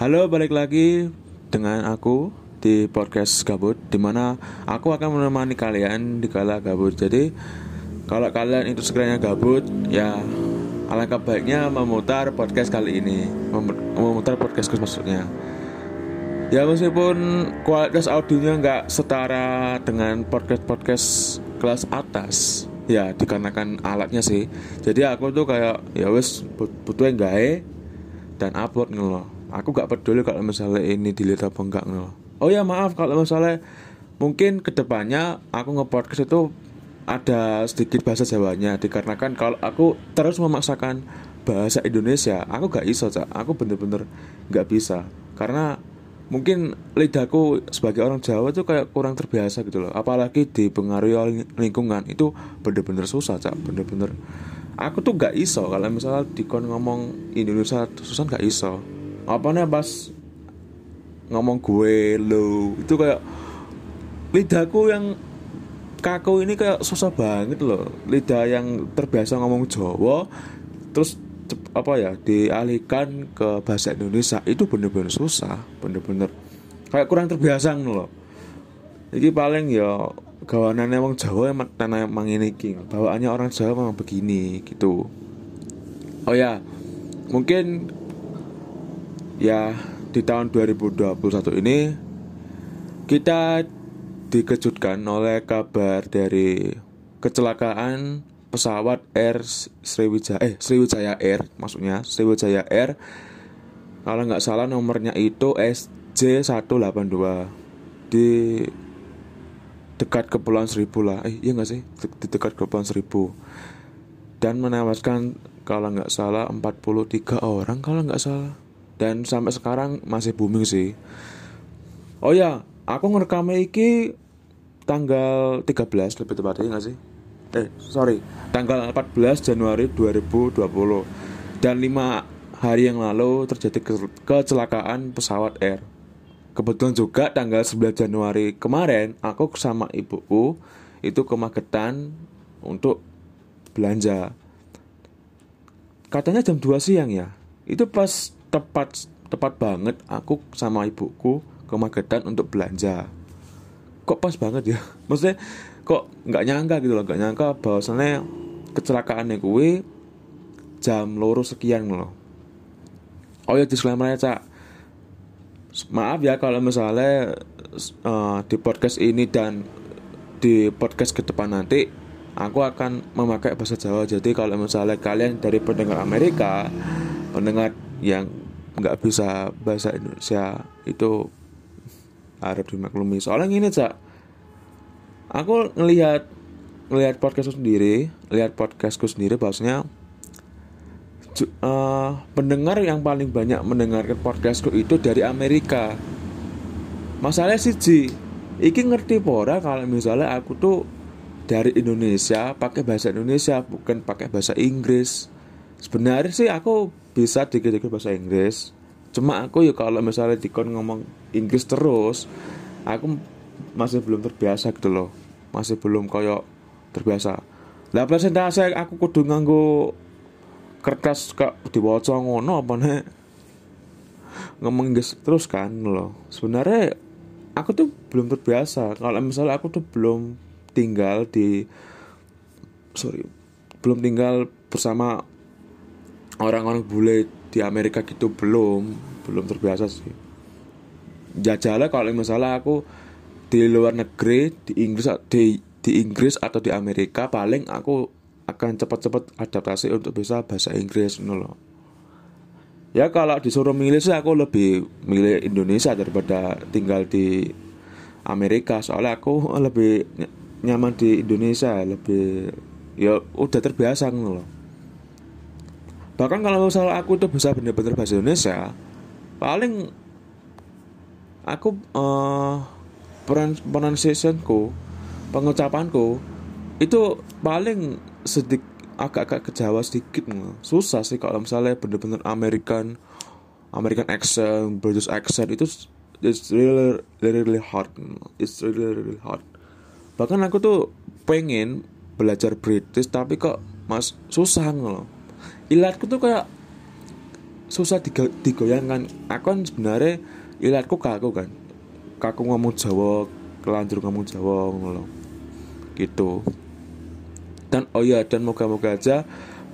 Halo, balik lagi dengan aku di podcast Gabut, dimana aku akan menemani kalian di kala gabut. Jadi kalau kalian itu sekiranya gabut, ya alangkah baiknya memutar podcast kali ini, memutar podcast maksudnya. Ya meskipun kualitas audionya nggak setara dengan podcast-podcast kelas atas, ya dikarenakan alatnya sih. Jadi aku tuh kayak ya wes butuh yang gawe dan upload nih loh. Aku gak peduli kalau misalnya ini dilihat apa enggak nih loh. Oh ya maaf kalau misalnya mungkin kedepannya aku nge-podcast itu ada sedikit bahasa Jawanya, dikarenakan kalau aku terus memaksakan bahasa Indonesia aku gak iso Cak. Aku bener-bener gak bisa karena mungkin lidahku sebagai orang Jawa tuh kayak kurang terbiasa gitu loh. Apalagi dipengaruhi oleh lingkungan, itu bener-bener susah Cak. Bener-bener aku tuh gak iso kalau misalnya dikon ngomong Indonesia susah gak iso. Apanya pas ngomong gue lo itu kayak lidahku yang kaku ini kayak susah banget loh. Lidah yang terbiasa ngomong Jawa terus apa ya dialihkan ke bahasa Indonesia itu bener-bener susah, bener-bener kayak kurang terbiasa loh. Jadi paling ya gawanannya emang Jawa emang tanah emang ini king. Bawaannya orang Jawa memang begini gitu. Oh ya, mungkin ya di tahun 2021 ini kita dikejutkan oleh kabar dari kecelakaan pesawat Sriwijaya Air, maksudnya Sriwijaya Air. Kalau nggak salah nomornya itu SJ182 di dekat Kepulauan Seribu lah. Iya nggak sih? Di dekat Kepulauan Seribu. Dan menewaskan kalau nggak salah 43 orang kalau nggak salah. Dan sampai sekarang masih booming sih. Oh ya, aku ngerekam iki tanggal 13 lebih tepatnya nggak sih? Tanggal 14 Januari 2020. Dan 5 hari yang lalu terjadi kecelakaan pesawat Air. Kebetulan juga tanggal 9 Januari kemarin aku sama ibuku itu ke Magetan untuk belanja. Katanya jam 2 siang ya. Itu pas tepat banget aku sama ibuku ke Magetan untuk belanja. Kok pas banget ya? Maksudnya kok nggak nyangka gitu loh, nggak nyangka bahwasannya kecelakaannya gue jam loro sekian loh. Oh ya disclaimer ya Cak. Maaf ya kalau misalnya di podcast ini dan di podcast ke depan nanti aku akan memakai bahasa Jawa. Jadi kalau misalnya kalian dari pendengar Amerika, pendengar yang nggak bisa bahasa Indonesia, itu harap dimaklumi. Soalnya gini Cak, aku ngelihat podcastku sendiri bahwasanya pendengar yang paling banyak mendengarkan podcastku itu dari Amerika. Masalahnya sih iki ngerti pora kalau misalnya aku tuh dari Indonesia pakai bahasa Indonesia bukan pakai bahasa Inggris. Sebenarnya sih aku bisa dikit-dikit bahasa Inggris. Cuma aku ya kalau misalnya dikon ngomong Inggris terus, aku masih belum terbiasa gitu loh. Masih belum koyo terbiasa. Lah presentasi aku kudu nganggo kertas kak diwaca ngono apa nek ngomong Inggris terus kan loh. Sebenarnya aku tuh belum terbiasa. Kalau misalnya aku tuh belum tinggal bersama orang-orang bule di Amerika gitu, belum terbiasa sih. Jajalah kalau misalnya aku di luar negeri di Inggris atau di Amerika, paling aku akan cepat-cepat adaptasi untuk bisa bahasa Inggris loh. Ya kalau disuruh milih sih aku lebih milih Indonesia daripada tinggal di Amerika. Soalnya aku lebih nyaman di Indonesia, lebih ya udah terbiasa loh. Bahkan kalau misalnya aku tuh bisa bener-bener bahasa Indonesia, paling aku pronunciationku, pengucapanku itu paling agak-agak ke Jawa sedikit. Susah sih kalau misalnya bener-bener American accent, British accent itu it's really hard. It's really hard. Bahkan aku tuh pengen belajar British tapi kok susah loh. Ilatku tuh kayak susah digoyangkan. Aku kan sebenarnya ilatku kaku kan, kaku ngomong Jawa, kelanjur ngomong Jawa ngono lho. Gitu. Dan dan moga-moga aja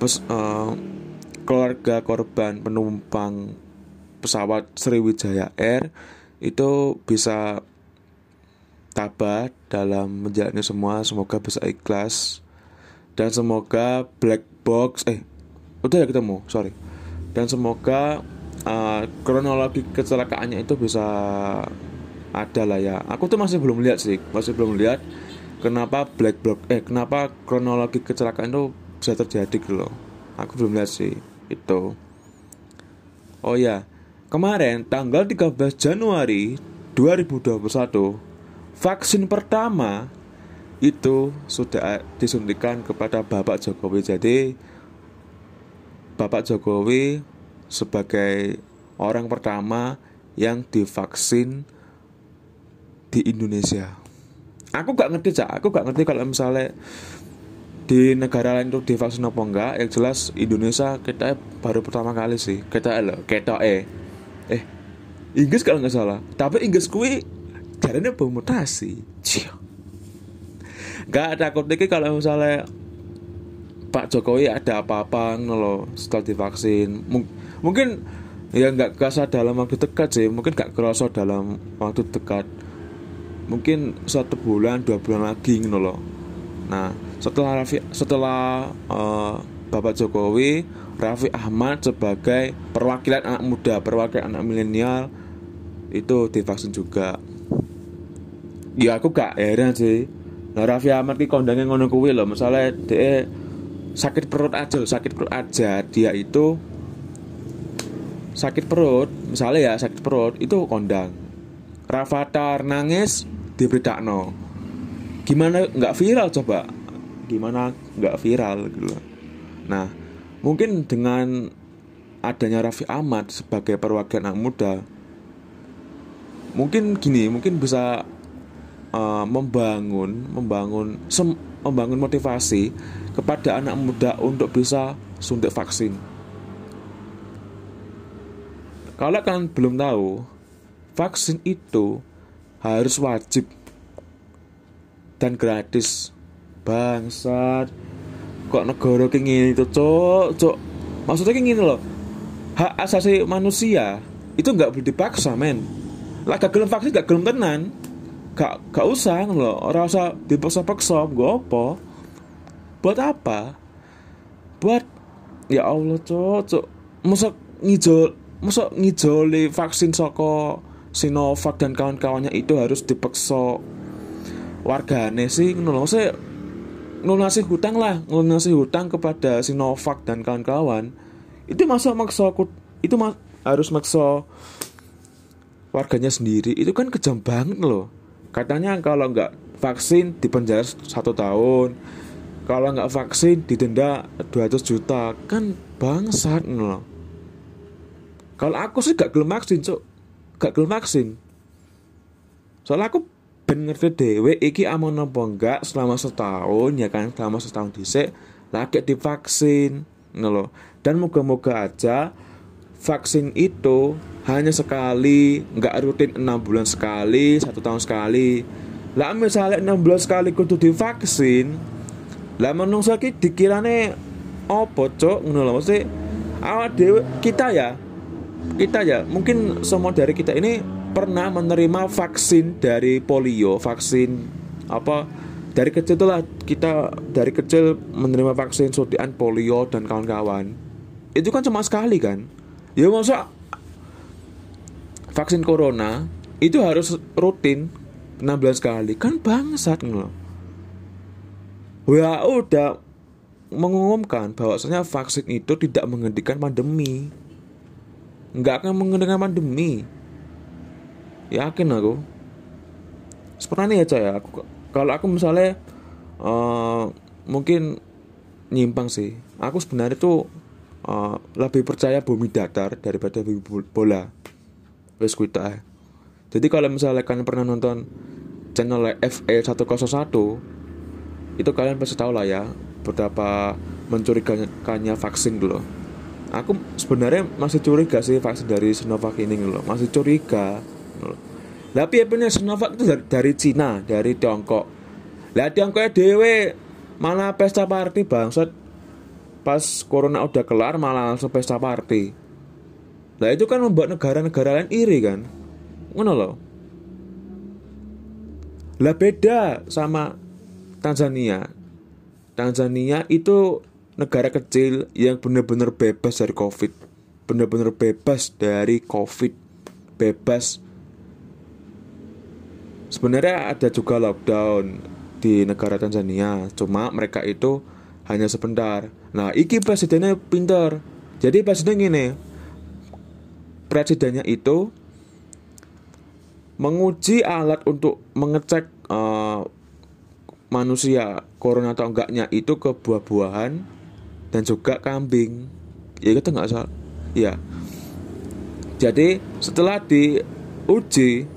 keluarga korban penumpang pesawat Sriwijaya Air itu bisa tabah dalam menjalani semua, semoga bisa ikhlas, dan semoga black box udah ya ketemu, sorry, dan semoga kronologi kecelakaannya itu bisa ada lah ya. Aku tuh masih belum lihat kenapa kenapa kronologi kecelakaan itu bisa terjadi gitu loh. Aku belum lihat sih itu. Oh ya, kemarin tanggal 13 Januari 2021 vaksin pertama itu sudah disuntikan kepada Bapak Jokowi. Jadi Bapak Jokowi sebagai orang pertama yang divaksin di Indonesia. Aku gak ngerti kalau misalnya di negara lain tuh divaksin apa enggak. Yang jelas Indonesia kita baru pertama kali sih. Inggris kalau nggak salah. Tapi Inggris kui caranya bermutasi. Gak takut dikit kalau misalnya Pak Jokowi ada apa-apa loh setelah divaksin. Mungkin ya nggak kerasa dalam waktu dekat sih. Mungkin nggak kerasa dalam waktu dekat. Mungkin 1 bulan 2 bulan lagi loh. Nah setelah Bapak Jokowi, Raffi Ahmad sebagai perwakilan anak muda, perwakilan anak milenial itu divaksin juga. Ya aku gak heran sih. Nah Raffi Ahmad ki kondangnya ngono kuwi lho, misalnya dia sakit perut aja, dia itu sakit perut, misalnya ya sakit perut itu kondang. Rafathar nangis diberitano. Gimana nggak viral coba? Gimana nggak viral gitu loh. Nah, mungkin dengan adanya Raffi Ahmad sebagai perwakilan anak muda, mungkin bisa membangun motivasi kepada anak muda untuk bisa suntik vaksin. Kalau kalian belum tahu, vaksin itu harus wajib dan gratis. Bangsat, kok negara kayak gini itu cok. Maksudnya kayak gini loh, hak asasi manusia itu nggak boleh dipaksa men. Lah gak gelem vaksin gak gelem tenan, gak usah loh, orang usah dipaksa-paksa. Gue apa? Buat apa? Buat ya Allah cok. Masa ngijoli vaksin soko Sinovac dan kawan-kawannya itu harus dipaksa wargane sih ngono. Saya ngelunasi hutang kepada Sinovac dan kawan-kawan. Itu harus maksa warganya sendiri. Itu kan kejam banget loh. Katanya kalau nggak vaksin dipenjara 1 tahun, kalau nggak vaksin didenda 200 juta. Kan bangsat loh. Kalau aku sih gak gelem vaksin. Soalnya aku ben ngerti dhewe iki aman apa enggak selama setahun ya kan, selama setahun dhisik lagi divaksin ngono. Dan moga-moga aja vaksin itu hanya sekali, enggak rutin 6 bulan sekali, 1 tahun sekali. Lah misalnya 6 bulan sekali kudu divaksin, lah menungso iki dikirane opo cuk ngono lho. Mesti awak dhewe kita ya mungkin semua dari kita ini pernah menerima vaksin dari polio, vaksin apa dari kecil itulah, kita dari kecil menerima vaksin suntikan polio dan kawan-kawan. Itu kan cuma sekali kan. Ya masa vaksin corona itu harus rutin 16 kali, kan bangsat loh. WHO udah mengumumkan bahwasanya vaksin itu tidak menghentikan pandemi. Enggak akan menghentikan pandemi. Yakin aku. Sebenarnya ya coy, kalau aku misalnya mungkin nyimpang sih. Aku sebenarnya tuh lebih percaya bumi datar daripada bumi bola. Wes kuita. Jadi kalau misalnya kalian pernah nonton channel FE101, itu kalian pasti tahu lah ya betapa mencurigakannya vaksin dulu. Aku sebenarnya masih curiga sih vaksin dari Sinovac ini loh, masih curiga. Tapi apa Sinovac itu dari Cina, dari Tiongkok. Lah Tiongkoknya dewe malah pesta party bangsat. Pas corona udah kelar malah langsung pesta party. Lah itu kan membuat negara-negara lain iri kan. Ngono loh. Lah beda sama Tanzania. Tanzania itu negara kecil yang benar-benar bebas dari COVID. Benar-benar bebas dari COVID. Bebas. Sebenarnya ada juga lockdown di negara Tanzania, cuma mereka itu hanya sebentar. Nah, iki presidennya pinter. Jadi presiden gini, presidennya itu menguji alat untuk mengecek manusia corona atau enggaknya itu ke buah-buahan dan juga kambing. Ya itu enggak salah. Ya. Jadi setelah diuji,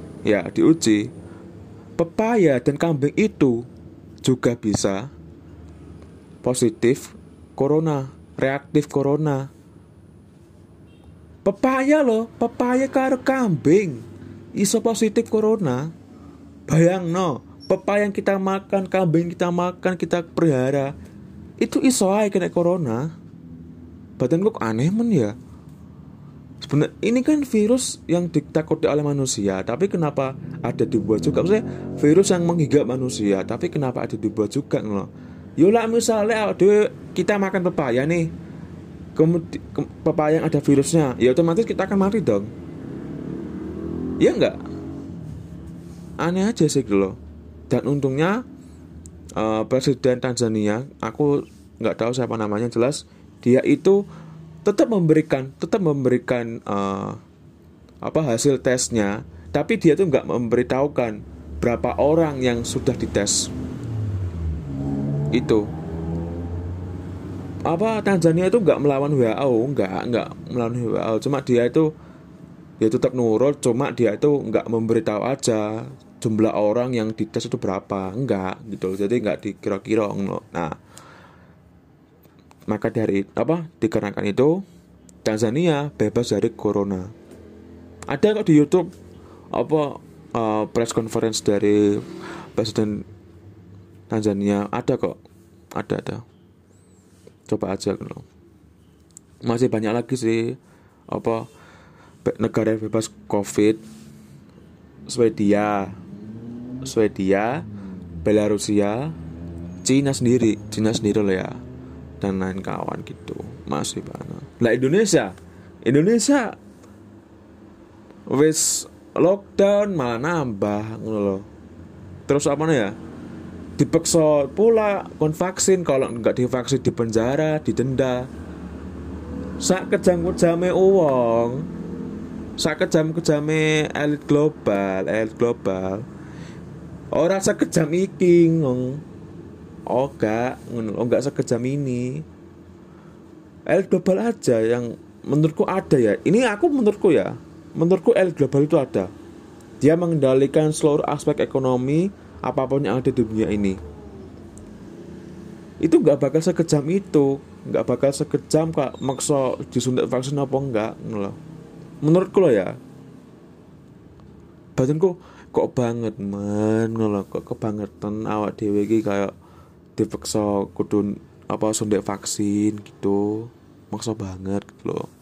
pepaya dan kambing itu juga bisa positif corona, reaktif corona. Pepaya karo kambing iso positif corona. Bayangno, pepaya yang kita makan, kambing kita makan, kita pelihara, itu iso ae kena corona. Badan kok aneh men ya. Sebenarnya ini kan virus yang ditakuti oleh manusia, tapi kenapa ada dibuat juga? Maksudnya virus yang menggigit manusia, tapi kenapa ada dibuat juga loh? Yolah misalnya kita makan pepaya nih, kemudian pepaya yang ada virusnya, ya otomatis kita akan mati dong. Ya enggak? Aneh aja sih loh. Dan untungnya Presiden Tanzania, aku nggak tahu siapa namanya, jelas dia itu tetap memberikan hasil tesnya, tapi dia tuh nggak memberitahukan berapa orang yang sudah dites. Itu Tanzania itu nggak melawan WHO, nggak melawan WHO, cuma dia tetap nurut, cuma dia itu nggak memberitahu aja jumlah orang yang dites itu berapa, enggak gitu, jadi nggak dikira-kira. Nah, maka dikarenakan itu Tanzania bebas dari corona. Ada kok di YouTube press conference dari Presiden Tanzania, ada kok, ada. Coba aja gitu. Masih banyak lagi sih negara yang bebas COVID. Swedia, Belarusia, Cina sendiri loh ya, dan lain kawan gitu. Masih banyak. Lah Indonesia wis lockdown malah nambah ngono loh. Terus ya? Dipaksa pula kon vaksin, kalau enggak divaksin dipenjara, didenda. Sak kejam-kejame uang, sak kejam-kejame elit global. Ora sekejam iki ngong. Enggak sekejam ini. Elit global aja yang menurutku ada ya. Ini menurutku elit global itu ada. Dia mengendalikan seluruh aspek ekonomi apapun yang ada di dunia ini. Itu gak bakal sekejam itu, gak bakal sekejam kak maksa disuntik vaksin apa enggak loh. Menurutku loh ya. Badanku kok banget men loh, kok kebangetan awak dhewe iki kayak dipaksa kudu suntik vaksin gitu. Maksa banget gitu loh.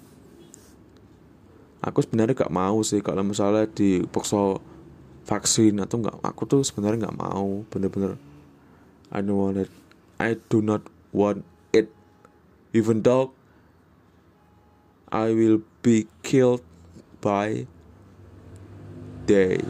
Aku sebenarnya gak mau sih kalau misalnya dipaksa vaksin atau enggak. Aku tuh sebenarnya nggak mau, bener-bener I do not want it, even though I will be killed by they.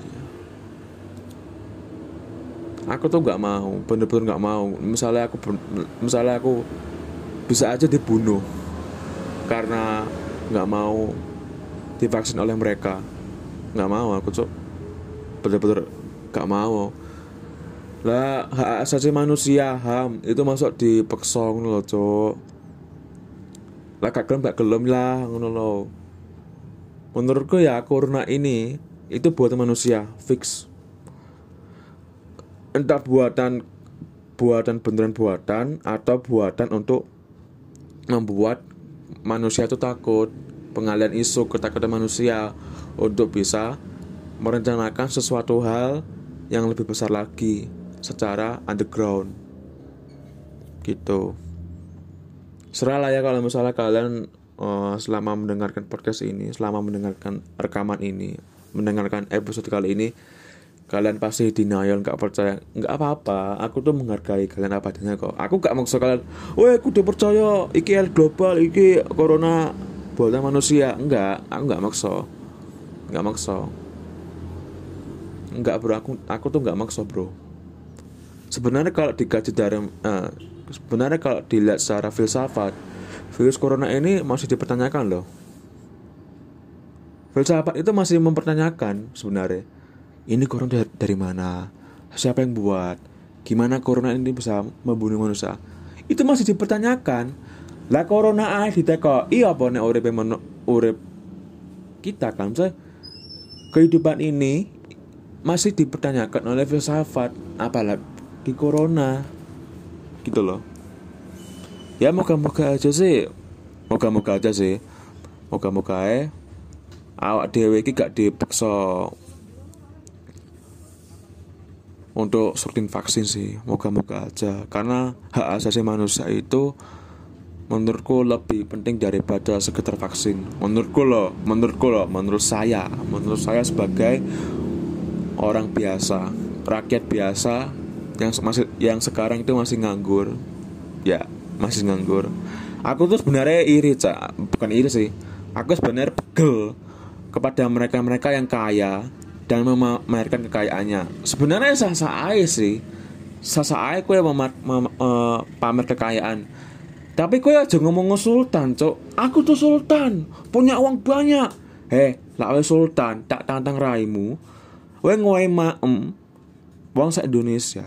Aku tuh nggak mau, bener-bener nggak mau. Misalnya aku bisa aja dibunuh karena nggak mau divaksin oleh mereka. Nggak mau aku tuh, bener-bener gak mau. Lah hak asasi manusia, HAM itu masuk dipaksa ngono lho, Cuk. Lah gak gelem lah ngono lho. Menurutku ya corona ini itu buatan manusia, fix. Entah buatan beneran buatan atau buatan untuk membuat manusia itu takut, pengalian isu ketakutan manusia untuk bisa merencanakan sesuatu hal yang lebih besar lagi secara underground gitu. Serah lah ya kalau misalnya kalian selama mendengarkan podcast ini, selama mendengarkan rekaman ini, mendengarkan episode kali ini, kalian pasti denial, gak percaya. Gak apa-apa, aku tuh menghargai kalian apa adanya kok. Aku gak maksa kalian, weh aku udah percaya iki hal global, iki corona buatan manusia. Enggak, aku gak maksa. Gak maksa. Enggak bro, aku tuh gak maksa bro. Sebenarnya kalau dikaji dari sebenarnya kalau dilihat secara filsafat, virus corona ini masih dipertanyakan loh. Filsafat itu masih mempertanyakan sebenarnya. Ini corona dari mana? Siapa yang buat? Gimana corona ini bisa membunuh manusia? Itu masih dipertanyakan. Lah corona ae diteko, iya apa nek urip kita kan misalnya, kehidupan ini masih dipertanyakan oleh filsafat, apalagi di corona gitu loh. Ya moga-moga aja sih. Moga-moga awak dhewe iki gak dipaksa untuk suntik vaksin sih. Moga-moga aja, karena hak asasi manusia itu menurutku lebih penting daripada sekedar vaksin. Menurut saya sebagai orang biasa, rakyat biasa yang sekarang itu masih nganggur. Ya, masih nganggur. Aku tuh sebenarnya iri, bukan iri sih. Aku sebenarnya pegel kepada mereka-mereka yang kaya dan memamerkan kekayaannya. Sebenarnya sah-sah aja sih. Sah-sah aja kowe pamer kekayaan. Tapi kowe aja ngomong sultan, Cuk. Aku tuh sultan, punya uang banyak. Lah kowe sultan, tak tantang raimu. Kowe ngowe maem wong sak Indonesia.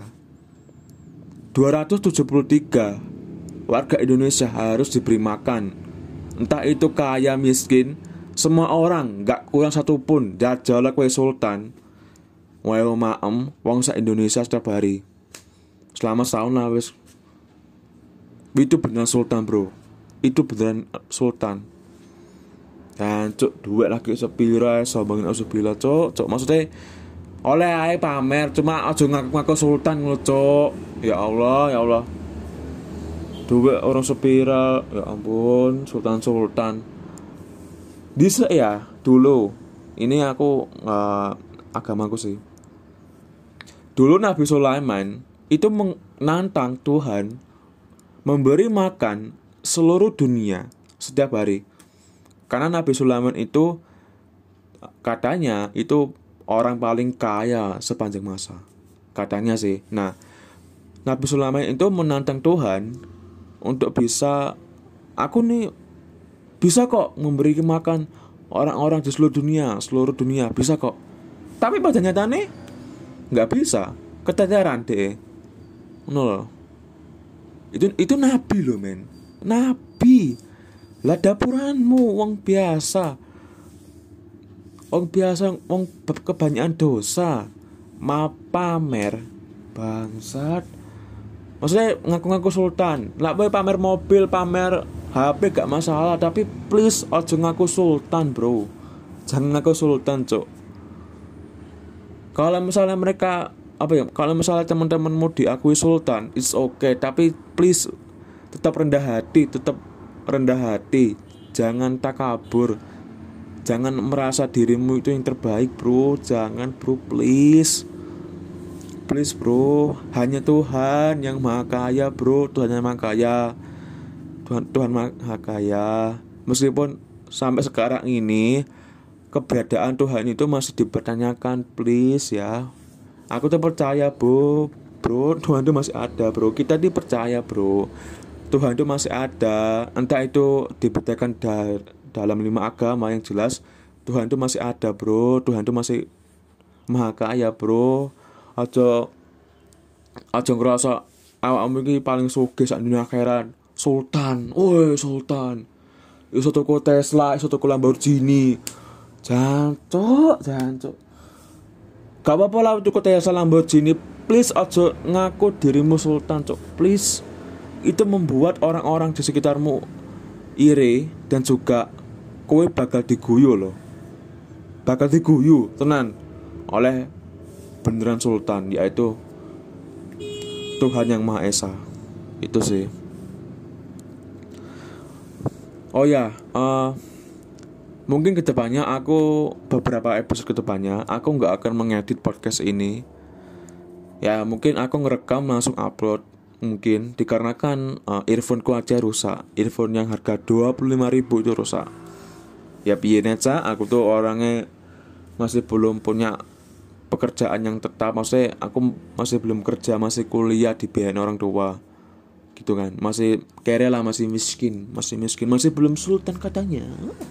273 warga Indonesia harus diberi makan. Entah itu kaya miskin, semua orang, gak kurang satu pun. Jajal kowe sultan. Wae maem wong sak Indonesia setiap hari. Selama setahun lah wis. Itu beneran sultan, bro. Itu beneran sultan. Dan cuk, duit lagi sepira sombongin asubila, cuk. Maksudnya oleh ae pamer, cuma aja ngaku-ngaku sultan ngono, cuk. Ya Allah. Duit orang sepira, ya ampun, sultan. Bisa ya dulu. Ini aku agamaku sih. Dulu Nabi Sulaiman itu menantang Tuhan memberi makan seluruh dunia setiap hari. Karena Nabi Sulaiman itu katanya itu orang paling kaya sepanjang masa. Katanya sih. Nah, Nabi Sulaiman itu menantang Tuhan untuk bisa, aku nih bisa kok memberi makan orang-orang di seluruh dunia bisa kok. Tapi pada nyatanya nggak bisa, keteteran deh. Nol. Itu nabi loh men, nabi. Lah dapuranmu wong biasa, wong kebanyakan dosa, pamer bangsat. Maksudnya ngaku-ngaku sultan. Lah boy pamer mobil, pamer HP gak masalah, tapi please aja ngaku sultan, bro. Jangan ngaku sultan, cok. Kalau misalnya mereka kalau misalnya teman-temanmu diakui sultan, it's okay, tapi please tetap rendah hati. Jangan takabur. Jangan merasa dirimu itu yang terbaik, bro. Jangan, bro, please bro. Hanya Tuhan yang maha kaya, bro. Tuhan yang maha kaya. Tuhan maha kaya. Meskipun sampai sekarang ini keberadaan Tuhan itu masih dipertanyakan, please ya. Aku tuh percaya, bro, Tuhan itu masih ada, bro. Kita dipercaya, bro, Tuhan itu masih ada. Entah itu dibedakan dalam 5 agama, yang jelas Tuhan itu masih ada, bro. Tuhan itu masih maha kaya, bro. Aja ngerasa awakmu iki paling sugih sak dunia akhirat. Sultan, sultan. Iso tuku Tesla, iso tuku Lamborghini. Jancuk. Gak apa-apa lah tuku Tesla Lamborghini. Please aja ngaku dirimu sultan, cok. Please. Itu membuat orang-orang di sekitarmu iri dan juga kowe bakal diguyu loh. Bakal diguyu tenan oleh beneran sultan, yaitu Tuhan Yang Maha Esa. Itu sih. Oh ya, mungkin kedepannya beberapa episode kedepannya aku nggak akan mengedit podcast ini. Ya mungkin aku ngerekam langsung upload. Mungkin dikarenakan earphone-ku aja rusak. Earphone yang harga 25.000 itu rusak. Ya piye aja, aku tuh orangnya masih belum punya pekerjaan yang tetap. Maksudnya aku masih belum kerja, masih kuliah di biayain orang tua gitu kan. Masih kere lah, masih miskin. Masih belum sultan katanya.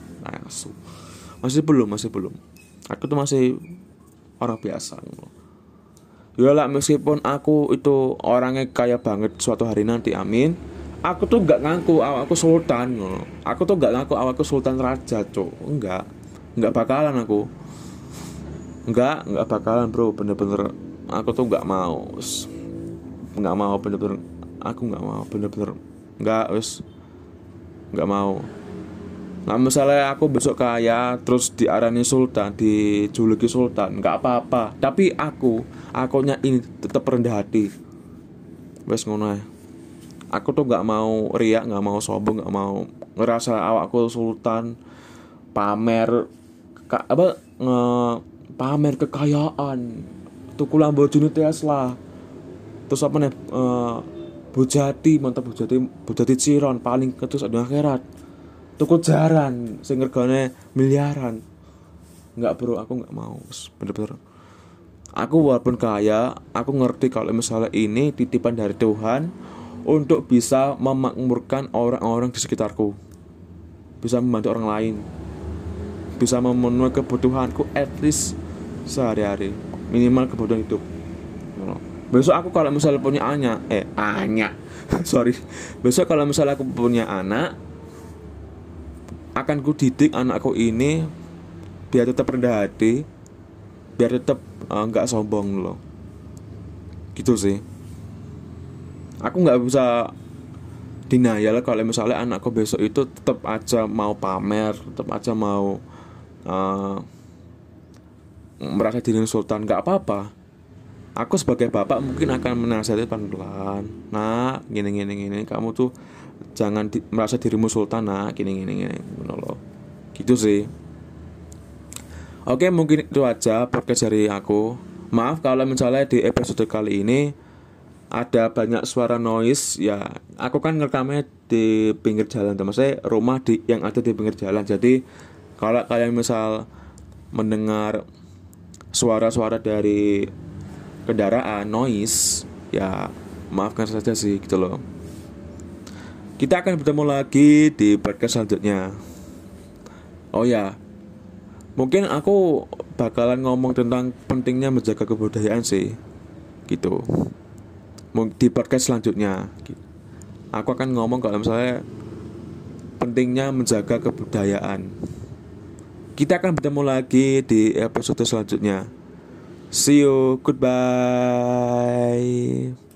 Masih belum. Aku tuh masih orang biasa. Ya lah, meskipun aku itu orangnya kaya banget suatu hari nanti, amin, aku tuh gak ngaku aku sultan. Aku tuh gak ngaku aku sultan raja, cok. Enggak bakalan aku. Enggak bakalan, bro. Bener-bener aku tuh gak mau. Bener-bener. Aku gak mau, bener-bener. Gak mau. Nah misalnya aku besok kaya terus diarani sultan, dijuluki sultan, nggak apa-apa. Tapi akunya ini tetap rendah hati. Wes ngono ae. Aku tuh nggak mau riak, nggak mau sombong, nggak mau ngerasa awakku sultan, pamer pamer kekayaan, tuku Lamborghini Tesla, terus apa nih, Bugatti, mantap Bugatti Chiron paling ketus ada akhirat. Tuku jaran sing regane miliaran. Enggak bro, aku enggak mau. Bener-bener. Aku walaupun kaya, aku ngerti kalau misalnya ini titipan dari Tuhan untuk bisa memakmurkan orang-orang di sekitarku. Bisa membantu orang lain. Bisa memenuhi kebutuhanku at least sehari-hari. Minimal kebutuhan hidup. Besok aku kalau misalnya punya sorry. Besok kalau misalnya aku punya anak, akan ku didik anakku ini biar tetap rendah hati, biar tetap nggak sombong loh. Gitu sih. Aku nggak bisa denial kalau misalnya anakku besok itu tetap aja mau pamer, tetap aja mau merasa diri sultan. Nggak apa-apa. Aku sebagai bapak mungkin akan menasihati pelan-pelan. Nah, gini, kamu tuh jangan merasa dirimu sultan, nah, gini, loh. Gitu sih. Oke, mungkin itu aja podcast dari aku. Maaf kalau misalnya di episode kali ini ada banyak suara noise. Ya, aku kan ngerekamnya di pinggir jalan, maksudnya rumah yang ada di pinggir jalan. Jadi kalau kalian misal mendengar suara-suara dari kendaraan noise, ya maafkan saja sih gitu loh. Kita akan bertemu lagi di podcast selanjutnya. Oh ya, mungkin aku bakalan ngomong tentang pentingnya menjaga kebudayaan sih, gitu. Di podcast selanjutnya aku akan ngomong kalau misalnya pentingnya menjaga kebudayaan. Kita akan bertemu lagi di episode selanjutnya. See you, goodbye.